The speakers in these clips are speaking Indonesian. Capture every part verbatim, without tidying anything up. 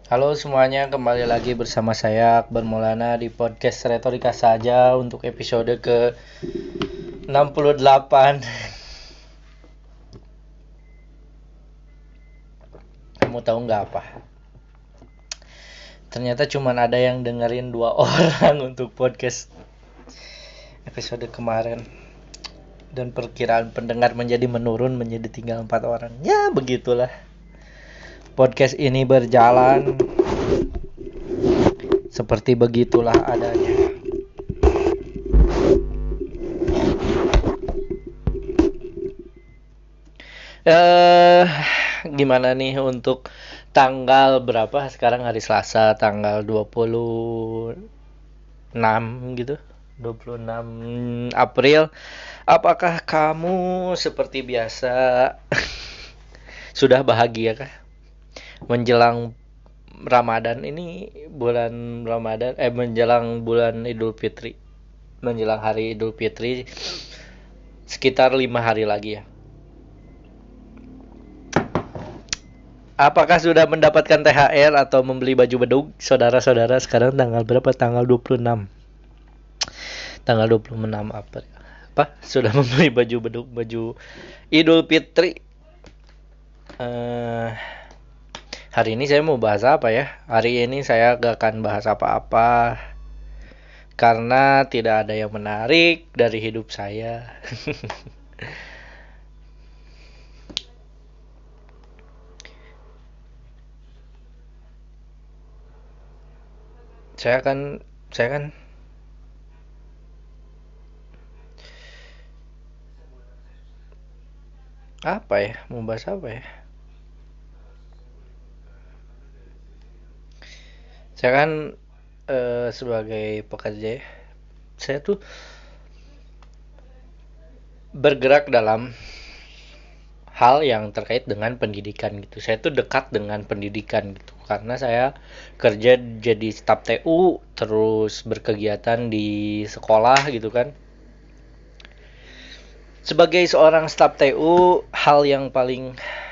Halo semuanya, kembali lagi bersama saya Akbar Maulana di podcast Retorika Saja untuk episode ke enam puluh delapan. Kamu tahu nggak apa? Ternyata cuma ada yang dengerin dua orang untuk podcast episode kemarin. Dan perkiraan pendengar menjadi menurun menjadi tinggal empat orang. Ya begitulah. Podcast ini berjalan seperti begitulah adanya. Eh, gimana nih untuk tanggal berapa? Sekarang hari Selasa, tanggal dua puluh enam gitu. dua puluh enam April. Apakah kamu seperti biasa sudah bahagia kah? Menjelang Ramadan ini, bulan Ramadan eh menjelang bulan Idul Fitri. Menjelang hari Idul Fitri sekitar lima hari lagi ya. Apakah sudah mendapatkan T H R atau membeli baju bedug? Saudara-saudara, sekarang tanggal berapa? Tanggal dua puluh enam. Tanggal dua puluh enam April. Apa? Sudah membeli baju bedug, baju Idul Fitri. Uh, hari ini saya mau bahas apa ya? Hari ini saya gak akan bahas apa-apa. Karena tidak ada yang menarik dari hidup saya. saya kan saya kan apa ya, mau bahas apa ya? Saya kan eh, sebagai pekerja ya, saya tuh bergerak dalam hal yang terkait dengan pendidikan gitu. Saya tuh dekat dengan pendidikan gitu karena saya kerja jadi staf T U, terus berkegiatan di sekolah gitu kan. Sebagai seorang staf T U, hal yang paling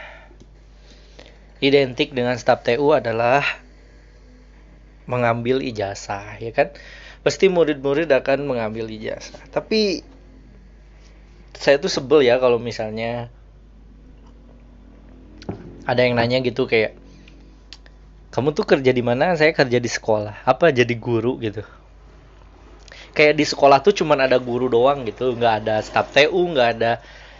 identik dengan staf T U adalah mengambil ijazah, ya kan? Pasti murid-murid akan mengambil ijazah. Tapi saya tuh sebel ya kalau misalnya ada yang nanya gitu kayak, kamu tuh kerja di mana? Saya kerja di sekolah. Apa jadi guru gitu? Kayak di sekolah tuh cuman ada guru doang gitu, nggak ada staf T U, nggak ada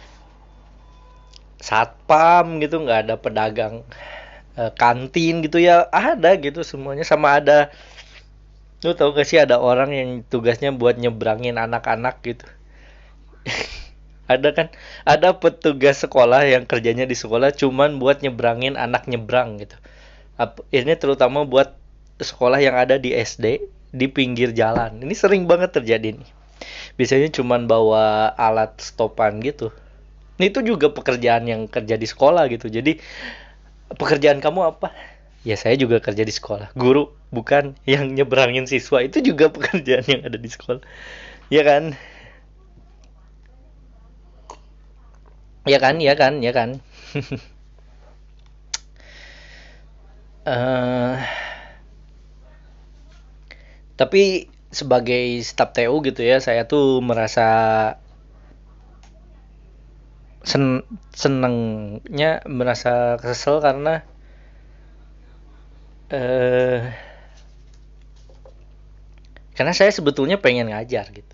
satpam gitu, nggak ada pedagang eh, kantin gitu ya, ada gitu semuanya. Sama ada, lu tau gak sih ada orang yang tugasnya buat nyebrangin anak-anak gitu. Ada kan, ada petugas sekolah yang kerjanya di sekolah cuman buat nyebrangin anak nyebrang gitu. Ini terutama buat sekolah yang ada di S D di pinggir jalan. Ini sering banget terjadi nih. Biasanya cuman bawa alat stopan gitu. Ini itu juga pekerjaan yang kerja di sekolah gitu. Jadi pekerjaan kamu apa? Ya saya juga kerja di sekolah. Guru, bukan yang nyebrangin siswa. Itu juga pekerjaan yang ada di sekolah. Ya kan? Ya kan? Ya kan? Ya kan? uh, tapi sebagai staf T U gitu ya, saya tuh merasa sen senengnya, merasa kesel karena eh karena saya sebetulnya pengen ngajar gitu.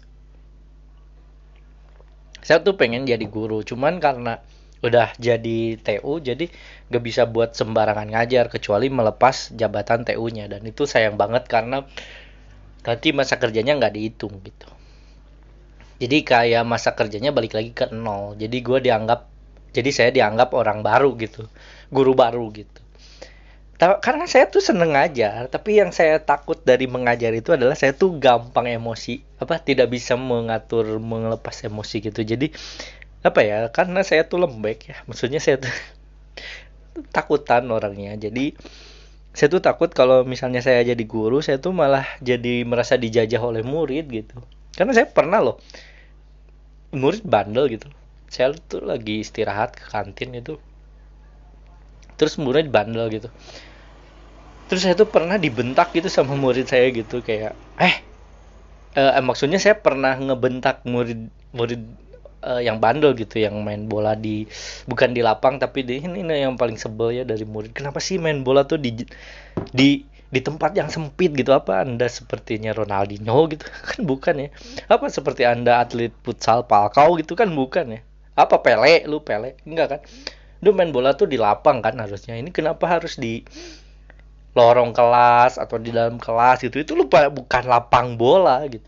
Saya tuh pengen jadi guru, cuman karena udah jadi T U jadi gak bisa buat sembarangan ngajar kecuali melepas jabatan T U-nya, dan itu sayang banget karena nanti masa kerjanya nggak dihitung gitu. Jadi kayak masa kerjanya balik lagi ke nol. Jadi gue dianggap, jadi saya dianggap orang baru gitu, guru baru gitu. Karena saya tuh seneng ngajar, tapi yang saya takut dari mengajar itu adalah saya tuh gampang emosi, apa tidak bisa mengatur, melepas emosi gitu. Jadi apa ya? Karena saya tuh lembek ya, maksudnya saya tuh takutan orangnya. Jadi saya tuh takut kalau misalnya saya jadi guru, saya tuh malah jadi merasa dijajah oleh murid gitu. Karena saya pernah loh, murid bandel gitu. Saya tuh lagi istirahat ke kantin itu, terus murid bandel gitu. Terus saya tuh pernah dibentak gitu sama murid saya gitu kayak eh eh, maksudnya saya pernah ngebentak murid murid eh, yang bandel gitu yang main bola di bukan di lapang tapi di ini, ini yang paling sebel ya dari murid. Kenapa sih main bola tuh di di di tempat yang sempit gitu? Apa Anda sepertinya Ronaldinho gitu? Kan bukan ya. Apa seperti Anda atlet futsal Palkau gitu kan bukan ya. Apa Pele lu Pele? Enggak kan? Lu main bola tuh di lapang kan harusnya. Ini kenapa harus di lorong kelas atau di dalam kelas gitu? Itu lu bukan lapang bola gitu.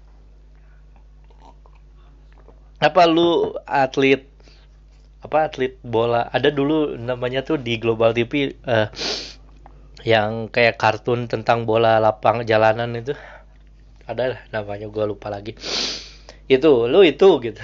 Apa lu atlet apa atlet bola? Ada dulu namanya tuh di Global T V eh, yang kayak kartun tentang bola lapang jalanan itu. Ada lah namanya gue lupa lagi. Itu lu itu gitu.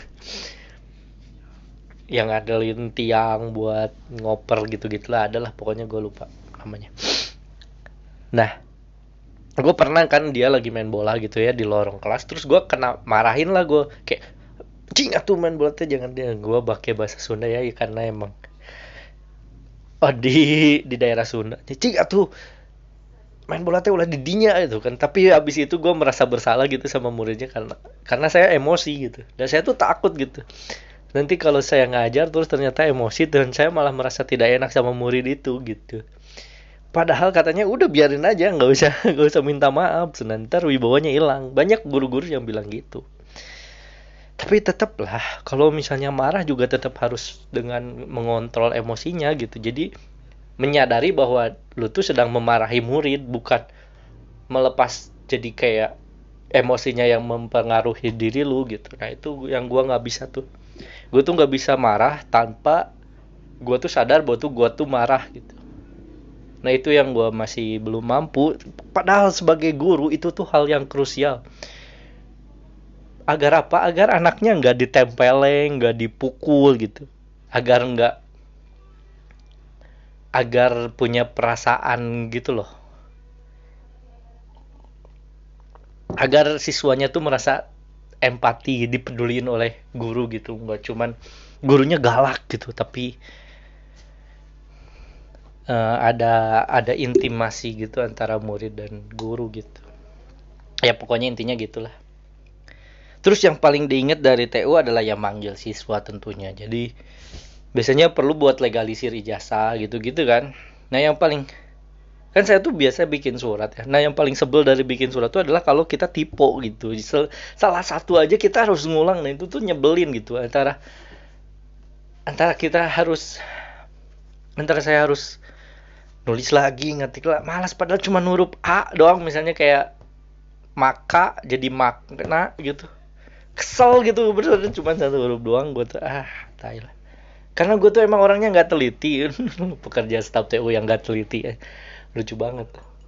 Yang ngandelin tiang buat ngoper gitu-gitu lah, adalah pokoknya gue lupa namanya. Nah, gue pernah kan dia lagi main bola gitu ya di lorong kelas, terus gue kena marahin lah, gue kayak cing atuh main bola tuh jangan dia, gue pakai bahasa Sunda ya karena emang oh di di daerah Sunda cing atuh main bola teh ulah di dinya itu kan. Tapi abis itu gue merasa bersalah gitu sama muridnya karena karena saya emosi gitu dan saya tuh takut gitu nanti kalau saya ngajar terus ternyata emosi dan saya malah merasa tidak enak sama murid itu gitu. Padahal katanya udah biarin aja, nggak usah nggak usah minta maaf, nanti wibawanya hilang. Banyak guru-guru yang bilang gitu. Tapi tetap lah, kalau misalnya marah juga tetap harus dengan mengontrol emosinya gitu. Jadi menyadari bahwa lu tuh sedang memarahi murid, bukan melepas jadi kayak emosinya yang mempengaruhi diri lu gitu. Nah itu yang gua nggak bisa tuh. Gue tuh nggak bisa marah tanpa gue tuh sadar bahwa tuh gue tuh marah gitu. Nah itu yang gue masih belum mampu. Padahal sebagai guru itu tuh hal yang krusial. Agar apa? Agar anaknya nggak ditempeleng, nggak dipukul gitu. Agar nggak, agar punya perasaan gitu loh. Agar siswanya tuh merasa empati, dipeduliin oleh guru gitu. Nggak cuman gurunya galak gitu, tapi uh, ada ada intimasi gitu antara murid dan guru gitu. Ya pokoknya intinya gitulah. Terus yang paling diingat dari T U adalah yang manggil siswa tentunya. Jadi biasanya perlu buat legalisir ijazah gitu-gitu kan. Nah yang paling, kan saya tuh biasa bikin surat ya. Nah yang paling sebel dari bikin surat tuh adalah kalau kita typo gitu. Salah satu aja kita harus ngulang. Nah itu tuh nyebelin gitu. Antara antara kita harus antara saya harus nulis lagi, ngetik lah, malas padahal cuma huruf A doang, misalnya kayak maka jadi makna gitu. Kesel gitu, bener cuma satu huruf doang. Gue tuh ah tai lah, karena gue tuh emang orangnya nggak teliti. Pekerja staf T U yang nggak teliti ya. Lucu banget.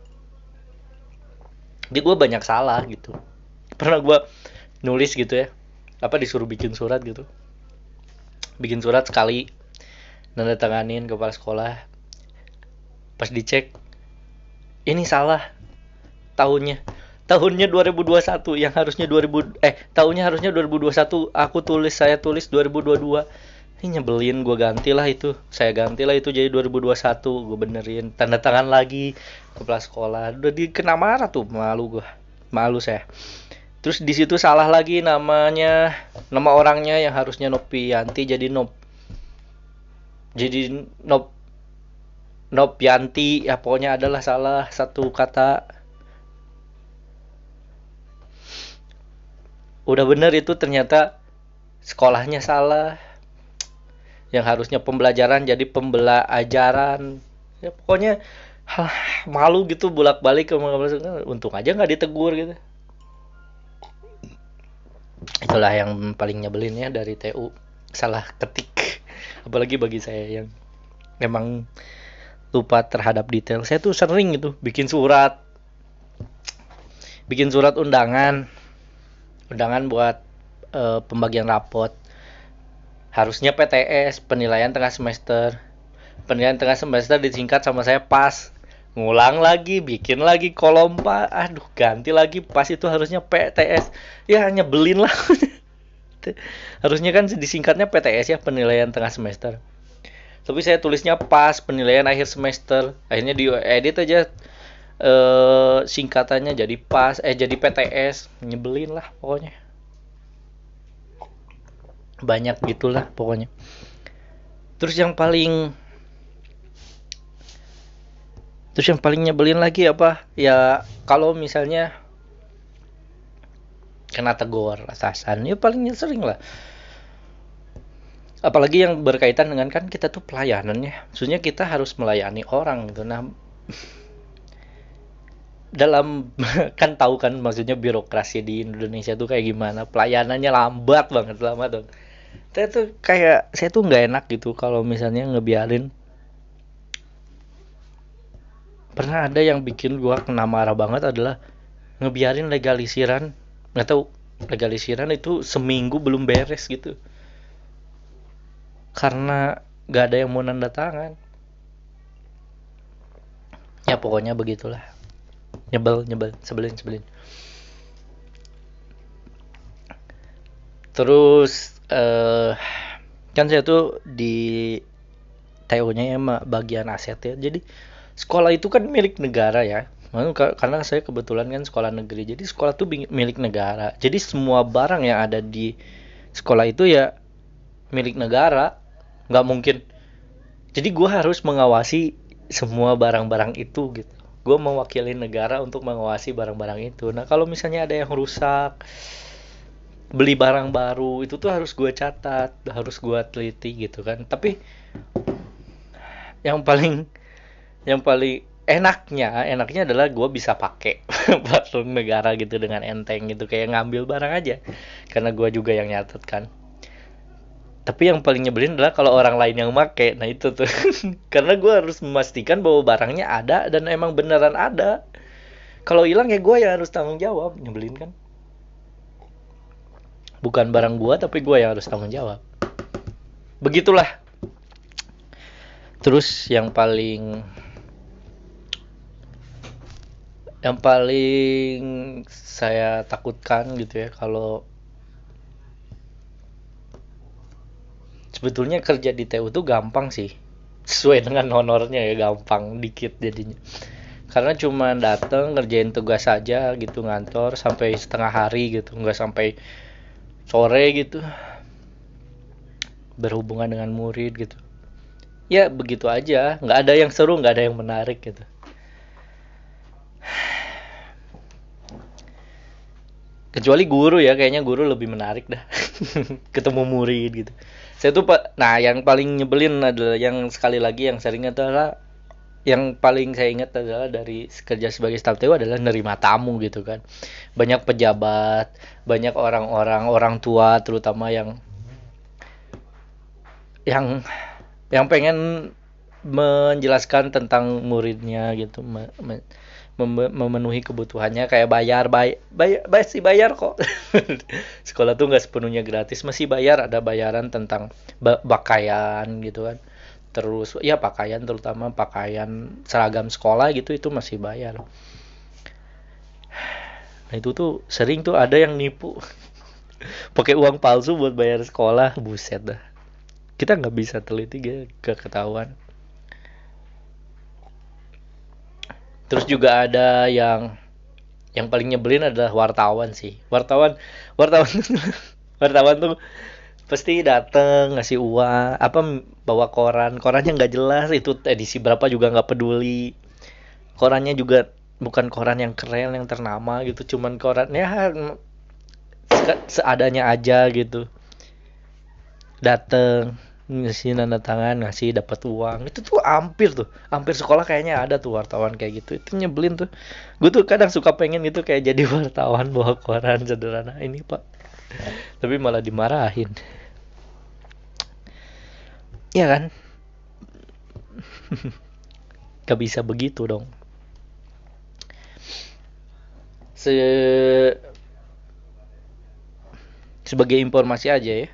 Jadi gue banyak salah gitu. Pernah gue nulis gitu ya, apa disuruh bikin surat gitu, bikin surat sekali, nanda tanganin kepala sekolah, pas dicek ini salah tahunnya. Tahunnya dua ribu dua puluh satu, yang harusnya dua ribu eh tahunnya harusnya dua ribu dua puluh satu, aku tulis saya tulis dua ribu dua puluh dua. Ini nyebelin, gue gantilah itu. Saya gantilah itu jadi dua ribu dua puluh satu, gue benerin, tanda tangan lagi kepala sekolah. Udah dikena marah tuh, malu gue. Malu saya. Terus di situ salah lagi namanya, nama orangnya yang harusnya Nopianti jadi Nop. Jadi Nop Nopianti, ya pokoknya adalah salah satu kata. Udah bener itu ternyata sekolahnya salah. Yang harusnya pembelajaran jadi pembelajaran. Ya pokoknya hah, malu gitu bolak-balik ke untung aja nggak ditegur gitu. Itulah yang paling nyebelin ya dari T U, salah ketik. Apalagi bagi saya yang memang lupa terhadap detail. Saya tuh sering gitu bikin surat. Bikin surat undangan. Undangan buat uh, pembagian rapot. Harusnya P T S, penilaian tengah semester. Penilaian tengah semester disingkat sama saya pas. Ngulang lagi, bikin lagi kolom pas. Aduh, ganti lagi pas itu harusnya P T S. Ya nyebelin lah. Harusnya kan disingkatnya P T S ya, penilaian tengah semester. Tapi saya tulisnya pas penilaian akhir semester. Akhirnya di edit aja eh singkatannya jadi pas eh jadi P T S. Nyebelin lah pokoknya. Banyak gitulah pokoknya. Terus yang paling Terus yang paling nyebelin lagi apa? Ya kalau misalnya kena tegur atasan, ya paling sering lah. Apalagi yang berkaitan dengan kan kita tuh pelayanannya. Maksudnya kita harus melayani orang gitu. Nah, dalam kan tahu kan maksudnya birokrasi di Indonesia tuh kayak gimana. Pelayanannya lambat banget, lambat tuh. Saya tuh kayak saya tuh nggak enak gitu kalau misalnya ngebiarin. Pernah ada yang bikin gua kena marah banget adalah ngebiarin legalisiran, nggak tahu legalisiran itu seminggu belum beres gitu karena nggak ada yang mau nanda tangan. Ya pokoknya begitulah, nyebel nyebel sebelin sebelin. Terus eh kan saya tuh di T O-nya ya bagian aset ya, jadi sekolah itu kan milik negara ya. Karena saya kebetulan kan sekolah negeri, jadi sekolah itu milik negara. Jadi semua barang yang ada di sekolah itu ya milik negara. Nggak mungkin. Jadi gue harus mengawasi semua barang-barang itu gitu. Gue mewakili negara untuk mengawasi barang-barang itu. Nah kalau misalnya ada yang rusak, beli barang baru, itu tuh harus gue catat, harus gue teliti gitu kan. Tapi yang paling yang paling enaknya enaknya adalah gue bisa pakai barang negara gitu dengan enteng gitu, kayak ngambil barang aja karena gue juga yang nyatet kan. Tapi yang paling nyebelin adalah kalau orang lain yang make, nah itu tuh karena gue harus memastikan bahwa barangnya ada dan emang beneran ada. Kalau hilang ya gue yang harus tanggung jawab. Nyebelin kan, bukan barang gue tapi gue yang harus tanggung jawab. Begitulah. Terus yang paling yang paling saya takutkan gitu ya, kalau sebetulnya kerja di T U tuh gampang sih, sesuai dengan honornya ya, gampang dikit jadinya. Karena cuma dateng ngerjain tugas saja gitu, ngantor sampai setengah hari gitu, nggak sampai sore gitu, berhubungan dengan murid gitu. Ya begitu aja, nggak ada yang seru, nggak ada yang menarik gitu. Kecuali guru ya, kayaknya guru lebih menarik dah. Ketemu murid gitu. Saya tuh pak, nah yang paling nyebelin adalah yang sekali lagi yang sering adalah yang paling saya ingat adalah dari kerja sebagai staf T U adalah nerima tamu gitu kan. Banyak pejabat, banyak orang-orang orang tua terutama yang yang yang pengen menjelaskan tentang muridnya gitu, me, me, mem- memenuhi kebutuhannya kayak bayar bay, bay, masih bayar kok. Sekolah tuh nggak sepenuhnya gratis, masih bayar, ada bayaran tentang ba- pakaian gitu kan. Terus ya pakaian, terutama pakaian seragam sekolah gitu, itu masih bayar. Nah itu tuh sering tuh ada yang nipu pakai uang palsu buat bayar sekolah, buset dah. Kita nggak bisa teliti gitu, gak ketahuan. Terus juga ada yang yang paling nyebelin adalah wartawan sih. Wartawan wartawan wartawan tuh pasti dateng ngasih uang, apa bawa koran, korannya nggak jelas itu edisi berapa juga nggak peduli. Korannya juga bukan koran yang keren yang ternama gitu, cuman koran ya seadanya aja gitu. Dateng ngasih tanda tangan, ngasih dapat uang, itu tuh hampir tuh hampir sekolah kayaknya ada tuh wartawan kayak gitu. Itu nyebelin tuh, gue tuh kadang suka pengen gitu kayak jadi wartawan bawa koran sederhana ini pak, tapi malah dimarahin. Iya kan, gak bisa begitu dong. Se sebagai informasi aja ya,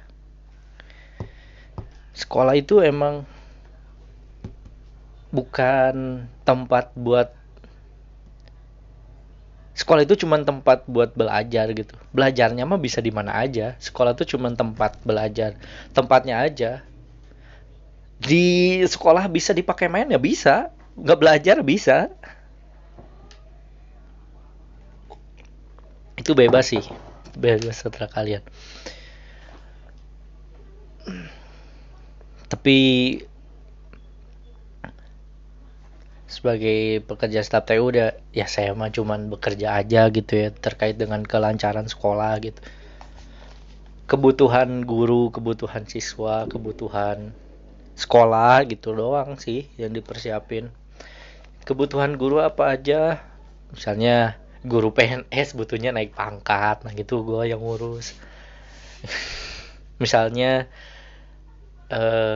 sekolah itu emang bukan tempat buat sekolah itu cuma tempat buat belajar gitu. Belajarnya mah bisa di mana aja. Sekolah itu cuma tempat belajar, tempatnya aja. Di sekolah bisa dipakai main ya bisa, nggak belajar bisa. Itu bebas sih, bebas setelah kalian. Tapi sebagai pekerja staf T U udah ya saya mah cuman bekerja aja gitu ya terkait dengan kelancaran sekolah gitu. Kebutuhan guru, kebutuhan siswa, kebutuhan sekolah gitu doang sih yang dipersiapin. Kebutuhan guru apa aja? Misalnya guru P N S butuhnya naik pangkat, nah gitu gue yang ngurus. Misalnya eh,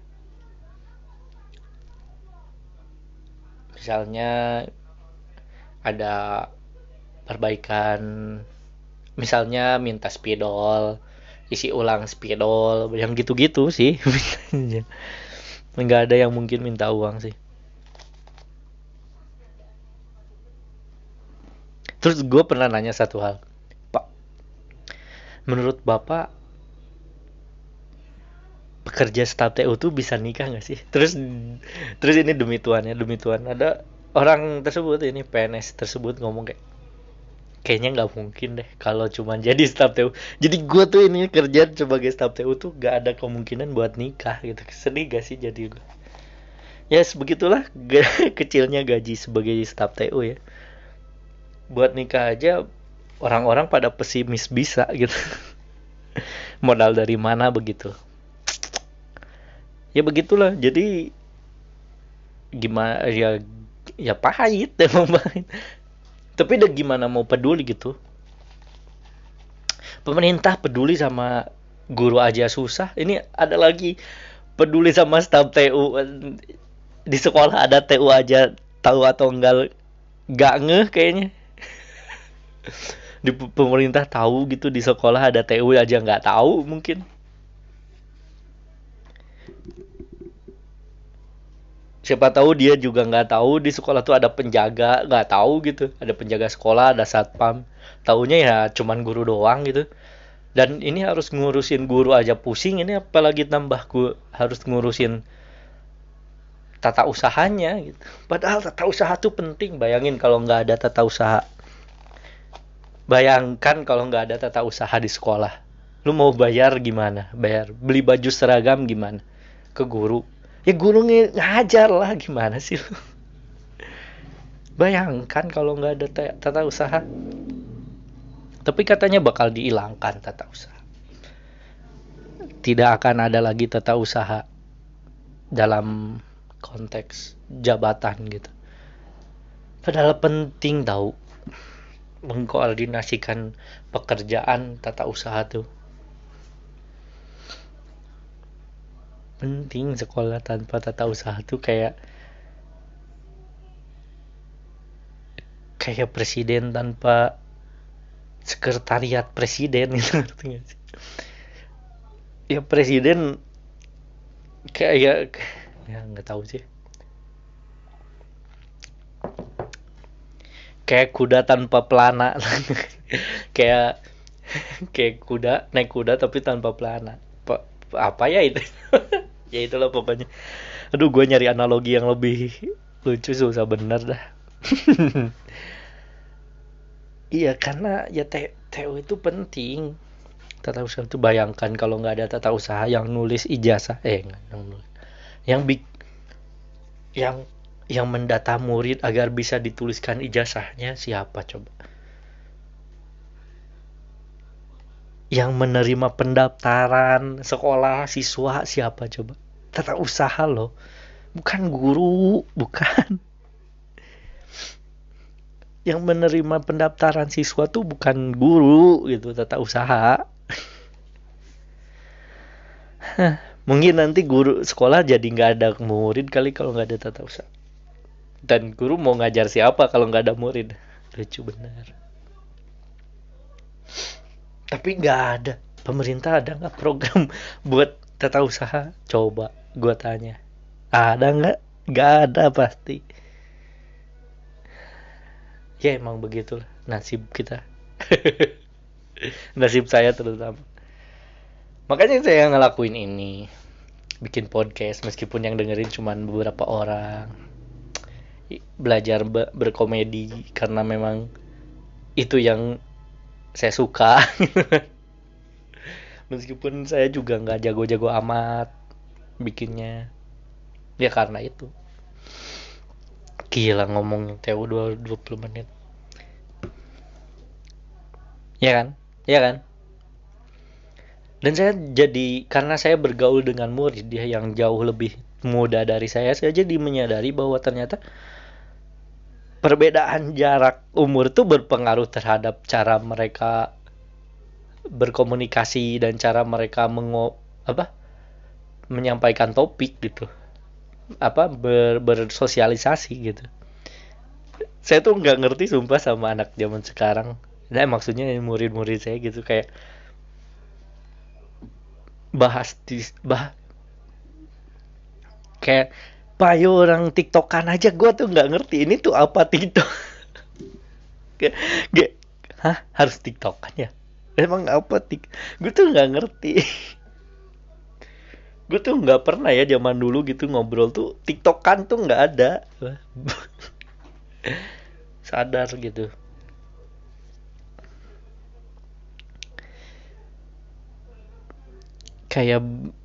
misalnya ada perbaikan, misalnya minta spidol, isi ulang spidol, yang gitu-gitu sih. Nggak ada yang mungkin minta uang sih. Terus gue pernah nanya satu hal, Pak, menurut Bapak pekerja staf T U tuh bisa nikah nggak sih? Terus terus ini demi Tuhan ya, demi Tuhan ada orang tersebut, ini P N S tersebut ngomong kayak kayaknya nggak mungkin deh kalau cuma jadi staf T U. Jadi gue tuh ini kerja sebagai staf T U tuh gak ada kemungkinan buat nikah gitu. Sedih gak sih jadi gue? Ya yes, begitulah kecilnya gaji sebagai staf T U ya. Buat nikah aja orang-orang pada pesimis bisa gitu. Modal dari mana begitu? Ya begitulah. Jadi gimana ya, ya pahit emang pahit. Tapi udah gimana mau peduli gitu. Pemerintah peduli sama guru aja susah. Ini ada lagi peduli sama staf T U. Di sekolah ada T U aja tahu atau enggak enggak ngeh kayaknya. Di pemerintah tahu gitu, di sekolah ada T U aja nggak tahu mungkin. Siapa tahu dia juga nggak tahu di sekolah tuh ada penjaga, nggak tahu gitu, ada penjaga sekolah, ada satpam, taunya ya cuman guru doang gitu. Dan ini harus ngurusin guru aja pusing, ini apalagi tambah gue harus ngurusin tata usahanya gitu. Padahal tata usaha tuh penting. Bayangin kalau nggak ada tata usaha, bayangkan kalau nggak ada tata usaha di sekolah, lu mau bayar gimana, bayar beli baju seragam gimana ke guru? Ya guru ngajar lah, gimana sih lu? Bayangkan kalau nggak ada tata usaha. Tapi katanya bakal dihilangkan tata usaha. Tidak akan ada lagi tata usaha dalam konteks jabatan gitu. Padahal penting tahu mengkoordinasikan pekerjaan tata usaha tuh. Penting, sekolah tanpa tata usaha tuh kayak kayak presiden tanpa sekretariat presiden gitu, ngerti gak sih? Ya presiden kayak ya nggak tahu sih, kayak kuda tanpa pelana. kayak kayak kuda naik kuda tapi tanpa pelana. Pa, apa ya itu? Ya itulah pokoknya. Aduh, gue nyari analogi yang lebih lucu susah bener dah. Iya, karena ya T U itu penting. Tata usaha itu, bayangkan kalau nggak ada tata usaha, yang nulis ijazah, eh nggak, yang nulis, yang big, yang yang mendata murid agar bisa dituliskan ijazahnya siapa coba? Yang menerima pendaftaran sekolah siswa siapa coba? Tata usaha loh, bukan guru, bukan. Yang menerima pendaftaran siswa tuh bukan guru gitu, tata usaha. Mungkin nanti guru sekolah jadi nggak ada murid kali kalau nggak ada tata usaha. Dan guru mau ngajar siapa kalau nggak ada murid? Lucu benar. Tapi nggak ada. Pemerintah ada nggak program buat tata usaha? Coba gue tanya. Ada nggak? Nggak ada pasti. Ya emang begitulah nasib kita. Nasib saya terutama. Makanya saya ngelakuin ini. bikin podcast meskipun yang dengerin cuman beberapa orang. Belajar be- berkomedi karena memang itu yang saya suka. Meskipun saya juga nggak jago-jago amat bikinnya, ya karena itu. Gila ngomong T U dua puluh menit, ya kan, ya kan. Dan saya jadi, karena saya bergaul dengan murid dia yang jauh lebih muda dari saya saya jadi menyadari bahwa ternyata perbedaan jarak umur itu berpengaruh terhadap cara mereka berkomunikasi dan cara mereka mengo apa menyampaikan topik gitu, apa ber, bersosialisasi gitu. Saya tuh nggak ngerti sumpah sama anak zaman sekarang. Nah maksudnya murid-murid saya gitu kayak bahas di bah kayak payo orang tiktokan aja gue tuh nggak ngerti ini tuh apa tiktok. Kayak, kayak, hah harus tiktokan ya, emang apa tik gue tuh nggak ngerti. Gue tuh nggak pernah ya zaman dulu gitu ngobrol tuh tiktokan tuh nggak ada. Sadar gitu. Kayak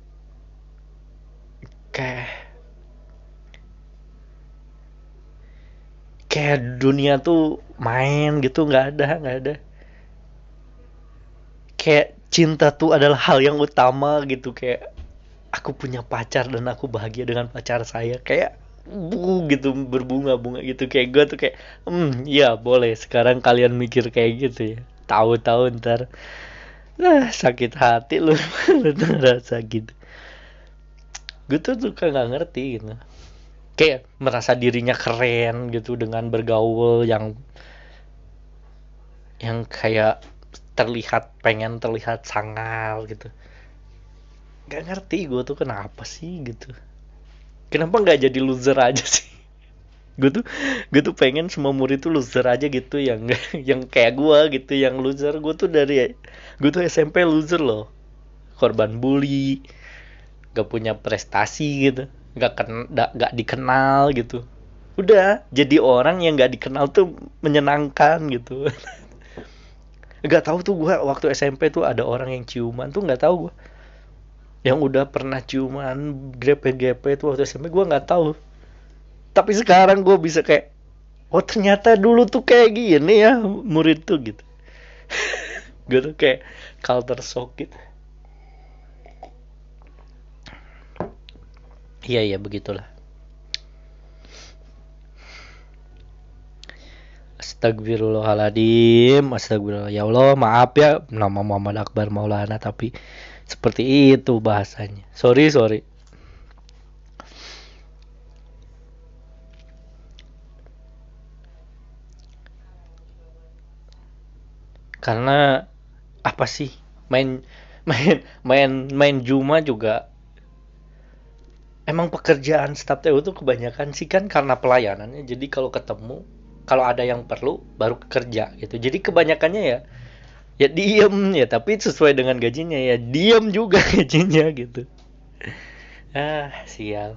kayak kayak dunia tuh main gitu, nggak ada nggak ada. Kayak cinta tuh adalah hal yang utama gitu, kayak aku punya pacar dan aku bahagia dengan pacar saya, kayak bu gitu berbunga-bunga gitu, kayak gue tuh kayak hmm ya boleh sekarang kalian mikir kayak gitu ya, tahu-tahu ntar nah sakit hati lu. Lu tuh rasa gitu. Gue tuh suka nggak ngerti gitu, kayak merasa dirinya keren gitu dengan bergaul yang yang kayak terlihat pengen terlihat sangar gitu. Gak ngerti gue tuh kenapa sih gitu, kenapa nggak jadi loser aja sih. gue tuh gue tuh pengen semua murid tuh loser aja gitu, yang yang kayak gue gitu yang loser. Gue tuh dari gue tuh S M P loser loh, korban bully, gak punya prestasi gitu, gak ken gak, gak dikenal gitu. Udah jadi orang yang gak dikenal tuh menyenangkan gitu. Gak tahu tuh gue waktu S M P tuh ada orang yang ciuman tuh, nggak tahu gue yang udah pernah ciuman grepe-grepe tuh waktu S M P gue nggak tahu. Tapi sekarang gue bisa kayak, oh ternyata dulu tuh kayak gini ya murid tuh gitu. Gue tuh kayak culture shock gitu. Iya iya begitulah. Astagfirullahaladzim, astagfirullah. Ya Allah, maaf ya nama Muhammad Akbar Maulana tapi seperti itu bahasanya. Sorry, sorry. Karena apa sih? Main main main main Juma juga emang pekerjaan staf T U tuh kebanyakan sih kan karena pelayanannya. Jadi kalau ketemu, kalau ada yang perlu baru kerja gitu. Jadi kebanyakannya ya ya diem ya, tapi sesuai dengan gajinya ya diem juga gajinya gitu. Ah, sial.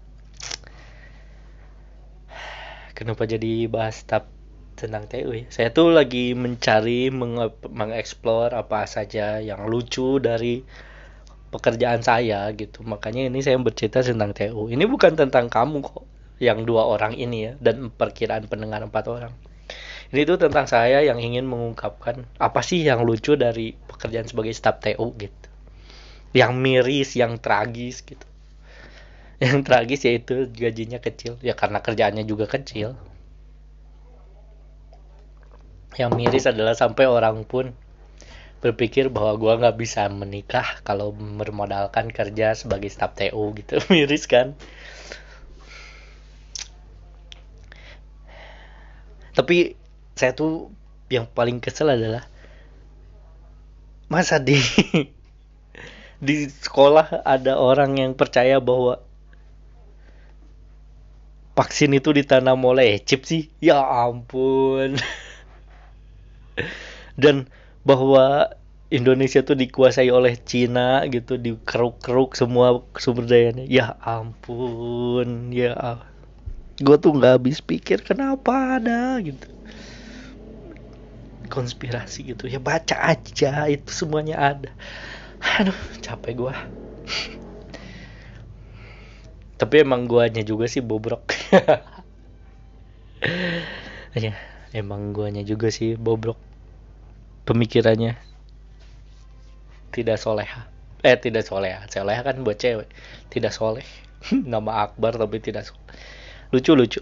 Kenapa jadi bahas staf tentang T U ya? Saya tuh lagi mencari menge- mengeksplor apa saja yang lucu dari pekerjaan saya gitu. Makanya ini saya bercerita tentang T U. Ini bukan tentang kamu kok, yang dua orang ini ya, dan perkiraan pendengar empat orang. Ini tuh tentang saya yang ingin mengungkapkan apa sih yang lucu dari pekerjaan sebagai staf T U gitu. Yang miris, yang tragis gitu. Yang tragis yaitu gajinya kecil. Ya karena kerjaannya juga kecil. Yang miris adalah sampai orang pun berpikir bahwa gue nggak bisa menikah kalau bermodalkan kerja sebagai staf T U gitu. Miris kan. Tapi saya tuh yang paling kesel adalah masa di di sekolah ada orang yang percaya bahwa vaksin itu ditanam oleh chip sih. Ya ampun. Dan bahwa Indonesia tuh dikuasai oleh Cina gitu, dikeruk-keruk semua sumber dayanya. Ya ampun, ya. Gue tuh nggak habis pikir kenapa ada gitu konspirasi gitu ya, baca aja itu semuanya ada. Aduh, capek gue. Tapi emang guanya juga sih bobrok. Ya, emang guanya juga sih bobrok. Pemikirannya tidak soleha. Eh, tidak soleha. Soleha kan buat cewek. Tidak soleh. Nama Akbar tapi tidak soleh. Lucu-lucu.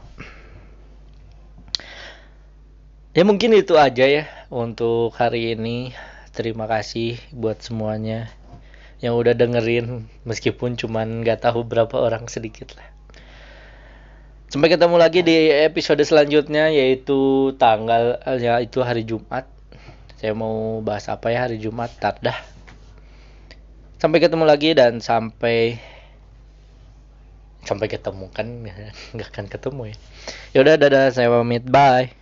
Ya mungkin itu aja ya untuk hari ini. Terima kasih buat semuanya yang udah dengerin, meskipun cuman nggak tahu berapa orang, sedikit lah. Sampai ketemu lagi di episode selanjutnya, yaitu tanggal ya itu hari Jumat. Saya mau bahas apa ya hari Jumat, tar dah. Sampai ketemu lagi dan sampai sampai ketemu kan nggak akan ketemu ya. Yaudah, dadah, saya pamit, bye.